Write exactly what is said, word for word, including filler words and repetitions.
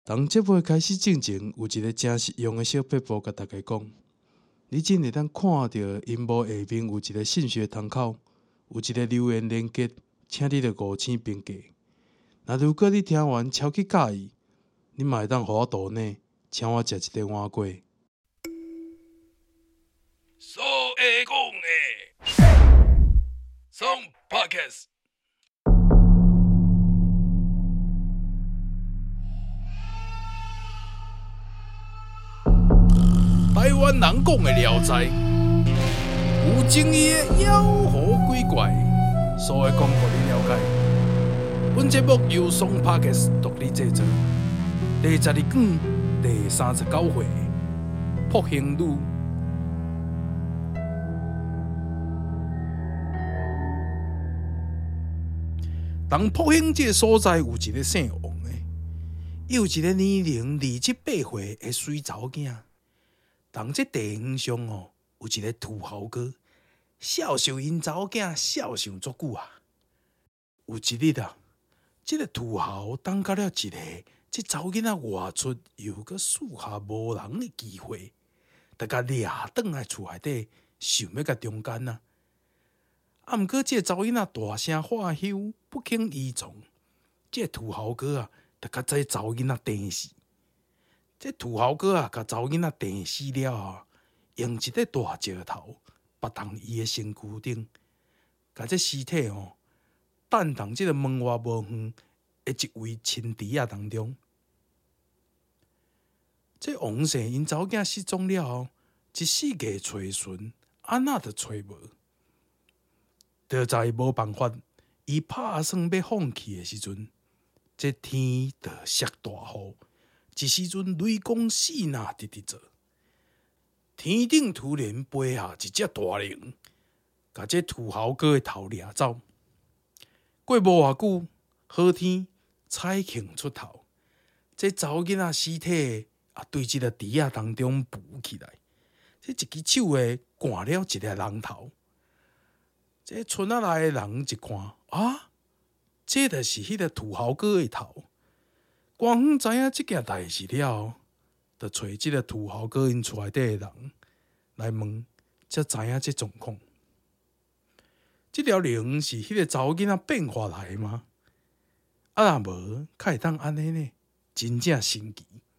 当节目开始进前，有一个真实用的小撇步，甲大家讲：你真会当看到荧幕下面有一个信息窗口，有一个留言连结，请你着五星评价。那如果你听完超级介意，你嘛会当互我抖内，请我食一个碗粿。 所会讲的，从 Podcast。台湾人讲的《聊斋》，有争议的妖狐鬼怪，所以讲互你了解。本节目由松 Podcast 独立制作，第十二卷第三十九回，朴行女。当朴行这所在有一个姓王的，有一个年龄二十八岁的水查某囝。当这地方上哦，有一个土豪哥，孝顺因查某囝，孝顺足久啊。有一日啊，这个土豪等到了一个这查某囡仔外出又搁四下无人的机会，就甲抓转来厝内底，想要甲中间啊。啊，毋过这个查某囡仔大声喊休，不肯依从。这个土豪哥啊，就甲这查某囡仔电死。这土豪哥啊，甲查某囡仔电死了后，用一个大石头拔动伊的身躯顶，甲这尸体哦，弹动这个门外无远的一位青池仔当中。这王姓因查某囝失踪了后，一世界找寻，安那都找无。就在无办法，伊拍算要放弃的时阵，这天就下大雨。一时阵雷公四那直直做，天顶突然飞下一只大龙，甲这土豪哥的头掠走。过无偌久，好天彩庆出头，这查某囡仔尸体啊，对这个池仔当中浮起来。这一只手诶，赶了一个人头。这村仔内的人一看啊，这就是迄个土豪哥的头。官方知影这件代志了，就找这个土豪哥因厝内底的人来问，才知影这状况。这条龙是迄个查某囡仔变化来的吗？啊，若无，较会当安尼呢？真正神奇。